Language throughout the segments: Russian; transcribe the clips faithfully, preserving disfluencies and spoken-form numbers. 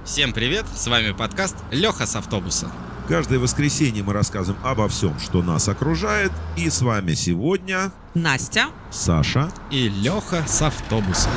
Всем привет, с вами подкаст «Леха с автобуса». Каждое воскресенье мы рассказываем обо всем, что нас окружает. И с вами сегодня Настя, Саша и Леха с автобуса.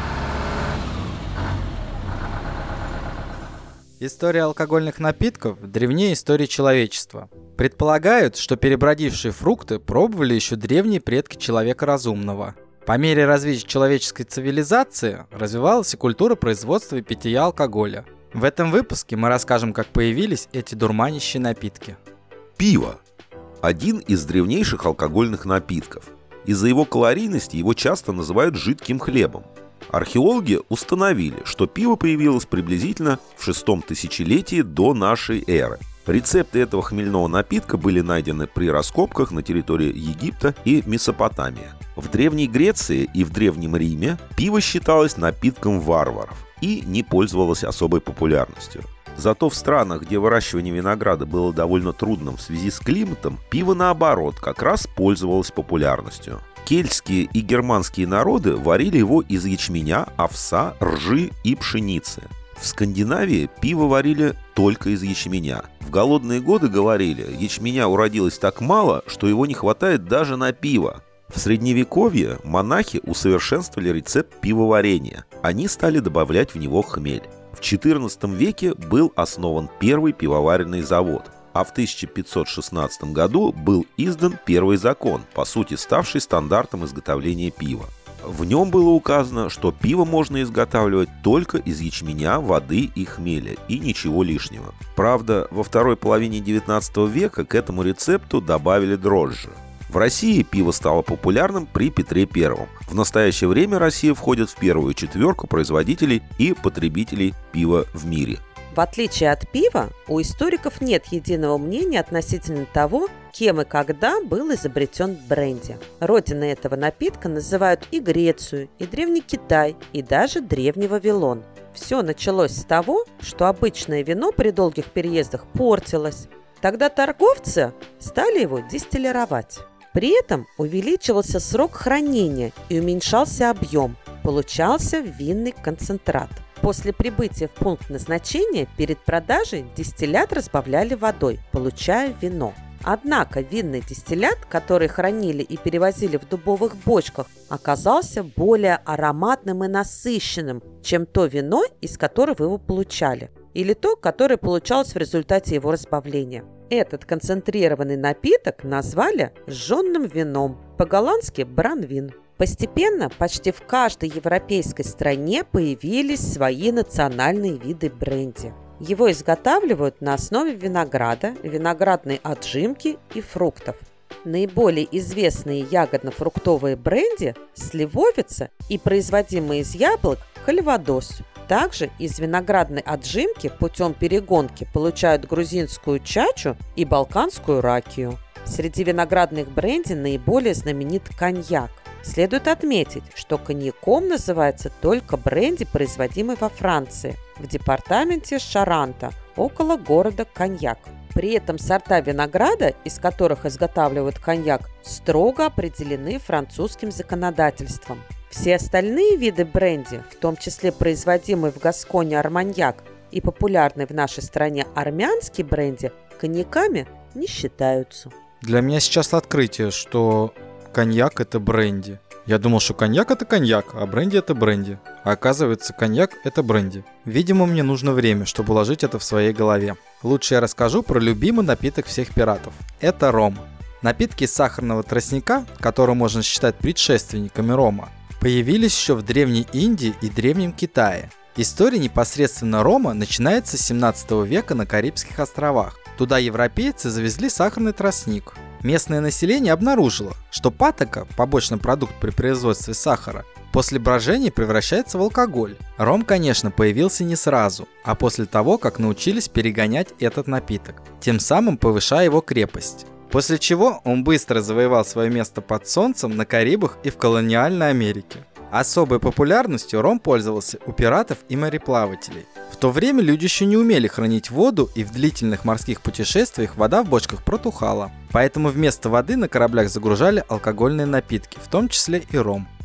История алкогольных напитков древнее истории человечества. Предполагают, что перебродившие фрукты пробовали еще древние предки человека разумного. По мере развития человеческой цивилизации развивалась и культура производства и питья алкоголя. В этом выпуске мы расскажем, как появились эти дурманящие напитки. Пиво – один из древнейших алкогольных напитков. Из-за его калорийности его часто называют жидким хлебом. Археологи установили, что пиво появилось приблизительно в шестом тысячелетии до нашей эры. Рецепты этого хмельного напитка были найдены при раскопках на территории Египта и Месопотамии. В Древней Греции и в Древнем Риме пиво считалось напитком варваров и не пользовалось особой популярностью. Зато в странах, где выращивание винограда было довольно трудным в связи с климатом, пиво, наоборот, как раз пользовалось популярностью. Кельтские и германские народы варили его из ячменя, овса, ржи и пшеницы. В Скандинавии пиво варили только из ячменя. В голодные годы говорили, ячменя уродилось так мало, что его не хватает даже на пиво. В Средневековье монахи усовершенствовали рецепт пивоварения. Они стали добавлять в него хмель. В четырнадцатом веке был основан первый пивоваренный завод, а в тысяча пятьсот шестнадцатом году был издан первый закон, по сути ставший стандартом изготовления пива. В нем было указано, что пиво можно изготавливать только из ячменя, воды и хмеля, и ничего лишнего. Правда, во второй половине девятнадцатого века к этому рецепту добавили дрожжи. В России пиво стало популярным при Петре Первом. В настоящее время Россия входит в первую четверку производителей и потребителей пива в мире. в отличие от пива, у историков нет единого мнения относительно того, кем и когда был изобретен бренди. Родиной этого напитка называют и Грецию, и Древний Китай, и даже Древний Вавилон. Все началось с того, что обычное вино при долгих переездах портилось. Тогда торговцы стали его дистиллировать. При этом увеличивался срок хранения и уменьшался объем. Получался винный концентрат. После прибытия в пункт назначения перед продажей дистиллят разбавляли водой, получая вино. Однако винный дистиллят, который хранили и перевозили в дубовых бочках, оказался более ароматным и насыщенным, чем то вино, из которого его получали, или то, которое получалось в результате его разбавления. Этот концентрированный напиток назвали жженным вином, по-голландски бранвин. Постепенно почти в каждой европейской стране появились свои национальные виды бренди. Его изготавливают на основе винограда, виноградной отжимки и фруктов. Наиболее известные ягодно-фруктовые бренди – сливовица и производимые из яблок – кальвадос. Также из виноградной отжимки путем перегонки получают грузинскую чачу и балканскую ракию. Среди виноградных бренди наиболее знаменит коньяк. Следует отметить, что коньяком называется только бренди, производимый во Франции, в департаменте Шаранта, около города Коньяк. При этом сорта винограда, из которых изготавливают коньяк, строго определены французским законодательством. Все остальные виды бренди, в том числе производимый в Гасконе арманьяк и популярный в нашей стране армянский бренди, коньяками не считаются. Для меня сейчас открытие, что коньяк – это бренди. Я думал, что коньяк – это коньяк, а бренди – это бренди. А оказывается, коньяк – это бренди. Видимо, мне нужно время, чтобы уложить это в своей голове. Лучше я расскажу про любимый напиток всех пиратов. Это ром. Напитки из сахарного тростника, которые можно считать предшественниками рома, появились еще в Древней Индии и Древнем Китае. История непосредственно рома начинается с семнадцатого века на Карибских островах. Туда европейцы завезли сахарный тростник. Местное население обнаружило, что патока, побочный продукт при производстве сахара, после брожения превращается в алкоголь. Ром, конечно, появился не сразу, а после того, как научились перегонять этот напиток, тем самым повышая его крепость. После чего он быстро завоевал свое место под солнцем на Карибах и в колониальной Америке. Особой популярностью ром пользовался у пиратов и мореплавателей. В то время люди еще не умели хранить воду, и в длительных морских путешествиях вода в бочках протухала. Поэтому вместо воды на кораблях загружали алкогольные напитки, в том числе и ром.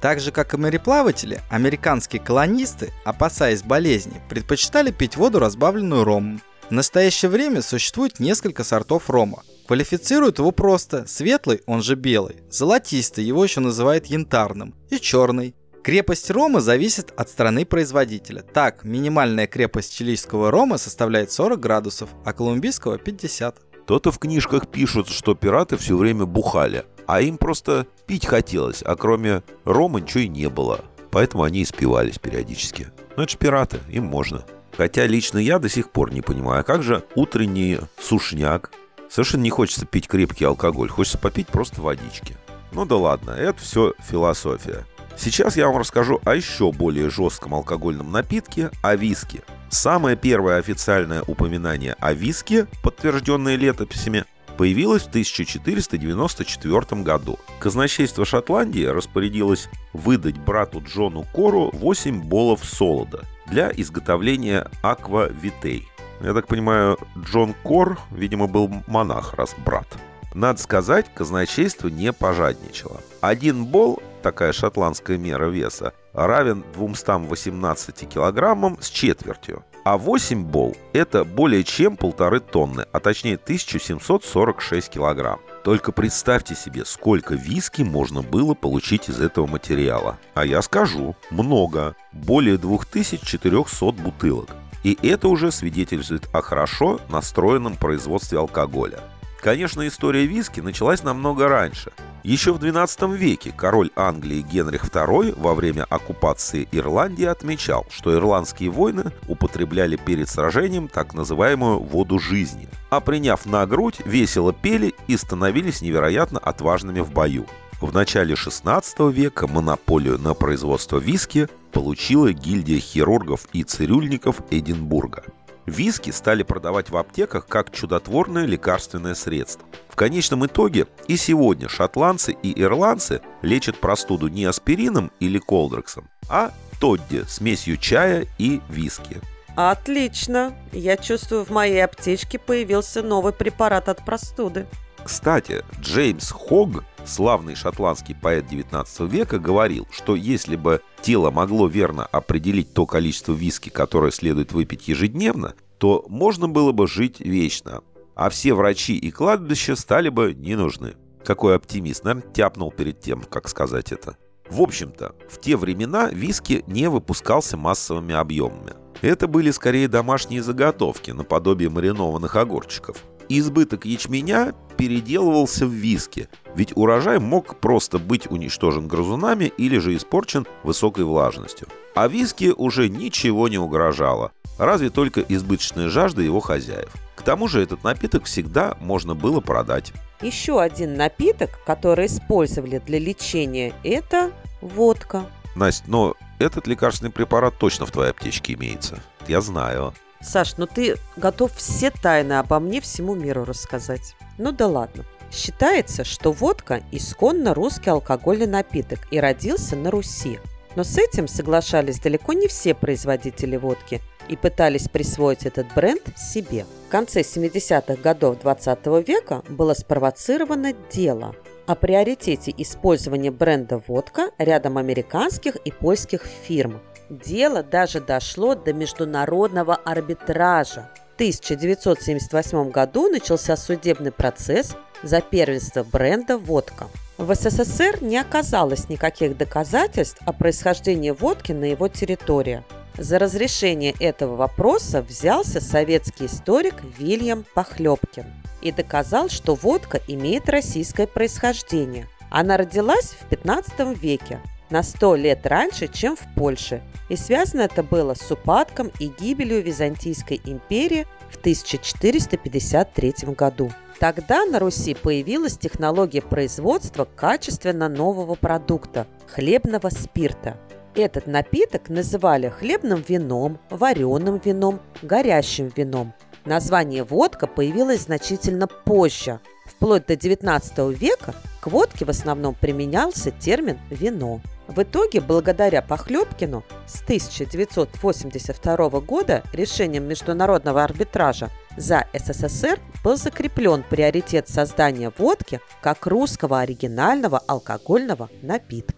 Так же, как и мореплаватели, американские колонисты, опасаясь болезней, предпочитали пить воду, разбавленную ромом. В настоящее время существует несколько сортов рома. Квалифицируют его просто светлый, он же белый, золотистый, его еще называют янтарным, и черный. Крепость рома зависит от страны производителя. Так, минимальная крепость чилийского рома составляет сорок градусов, а колумбийского пятьдесят. То-то в книжках пишут, что пираты все время бухали, а им просто пить хотелось, а кроме рома ничего и не было. Поэтому они и спивались периодически. Но это же пираты, им можно. Хотя лично я до сих пор не понимаю, а как же утренний сушняк? Совершенно не хочется пить крепкий алкоголь, хочется попить просто водички. Ну да ладно, это все философия. Сейчас я вам расскажу о еще более жестком алкогольном напитке, о виске. Самое первое официальное упоминание о виске, подтвержденное летописями, появилось в тысяча четыреста девяносто четвёртом году. Казначейство Шотландии распорядилось выдать брату Джону Кору восемь болов солода для изготовления аквавитей. Я так понимаю, Джон Кор, видимо, был монах, раз брат. Надо сказать, казначейство не пожадничало. Один бол, такая шотландская мера веса, равен двумстам восемнадцати килограммам с четвертью. А восемь бол – это более чем полторы тонны, а точнее тысяча семьсот сорок шесть килограмм. Только представьте себе, сколько виски можно было получить из этого материала. А я скажу, много. Более две тысячи четыреста бутылок. И это уже свидетельствует о хорошо настроенном производстве алкоголя. Конечно, история виски началась намного раньше. Еще в двенадцатом веке король Англии Генрих второй во время оккупации Ирландии отмечал, что ирландские воины употребляли перед сражением так называемую воду жизни, а приняв на грудь, весело пели и становились невероятно отважными в бою. В начале шестнадцатого века монополию на производство виски получила гильдия хирургов и цирюльников Эдинбурга. Виски стали продавать в аптеках как чудотворное лекарственное средство. В конечном итоге и сегодня шотландцы и ирландцы лечат простуду не аспирином или колдрексом, а тодди, смесью чая и виски. Отлично! Я чувствую, в моей аптечке появился новый препарат от простуды. Кстати, Джеймс Хогг, славный шотландский поэт девятнадцатого века, говорил, что если бы тело могло верно определить то количество виски, которое следует выпить ежедневно, то можно было бы жить вечно, а все врачи и кладбища стали бы не нужны. Какой оптимист, наверное, тяпнул перед тем, как сказать это. В общем-то, в те времена виски не выпускался массовыми объемами. Это были скорее домашние заготовки, наподобие маринованных огурчиков. Избыток ячменя переделывался в виски, ведь урожай мог просто быть уничтожен грызунами или же испорчен высокой влажностью. А виски уже ничего не угрожало, разве только избыточная жажда его хозяев. К тому же этот напиток всегда можно было продать. Еще один напиток, который использовали для лечения, это водка. Настя, но этот лекарственный препарат точно в твоей аптечке имеется. Я знаю. Саш, ну ты готов все тайны обо мне всему миру рассказать. Ну да ладно. Считается, что водка исконно русский алкогольный напиток и родился на Руси. Но с этим соглашались далеко не все производители водки и пытались присвоить этот бренд себе. В конце семидесятых годов двадцатого века было спровоцировано дело о приоритете использования бренда водка рядом американских и польских фирм. Дело даже дошло до международного арбитража. В тысяча девятьсот семьдесят восьмом году начался судебный процесс за первенство бренда водка. В СССР не оказалось никаких доказательств о происхождении водки на его территории. За разрешение этого вопроса взялся советский историк Вильям Похлебкин и доказал, что водка имеет российское происхождение. Она родилась в пятнадцатом веке, на сто лет раньше, чем в Польше, и связано это было с упадком и гибелью Византийской империи в тысяча четыреста пятьдесят третьем году. Тогда на Руси появилась технология производства качественно нового продукта – хлебного спирта. Этот напиток называли хлебным вином, вареным вином, горящим вином. Название водка появилось значительно позже. Вплоть до девятнадцатого века к водке в основном применялся термин «вино». В итоге, благодаря Похлебкину, с тысяча девятьсот восемьдесят второго года решением международного арбитража за СССР был закреплен приоритет создания водки как русского оригинального алкогольного напитка.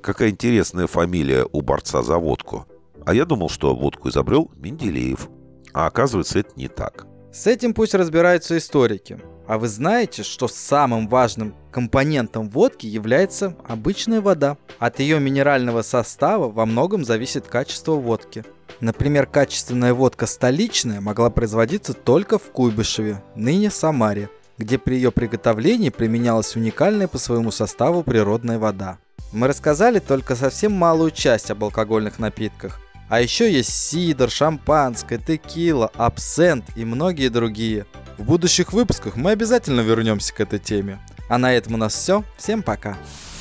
какая интересная фамилия у борца за водку. А я думал, что водку изобрел Менделеев. А оказывается, это не так. С этим пусть разбираются историки. А вы знаете, что самым важным компонентом водки является обычная вода? От ее минерального состава во многом зависит качество водки. Например, качественная водка столичная могла производиться только в Куйбышеве, ныне Самаре, где при ее приготовлении применялась уникальная по своему составу природная вода. Мы рассказали только совсем малую часть об алкогольных напитках. А еще есть сидр, шампанское, текила, абсент и многие другие. В будущих выпусках мы обязательно вернемся к этой теме. А на этом у нас все. Всем пока.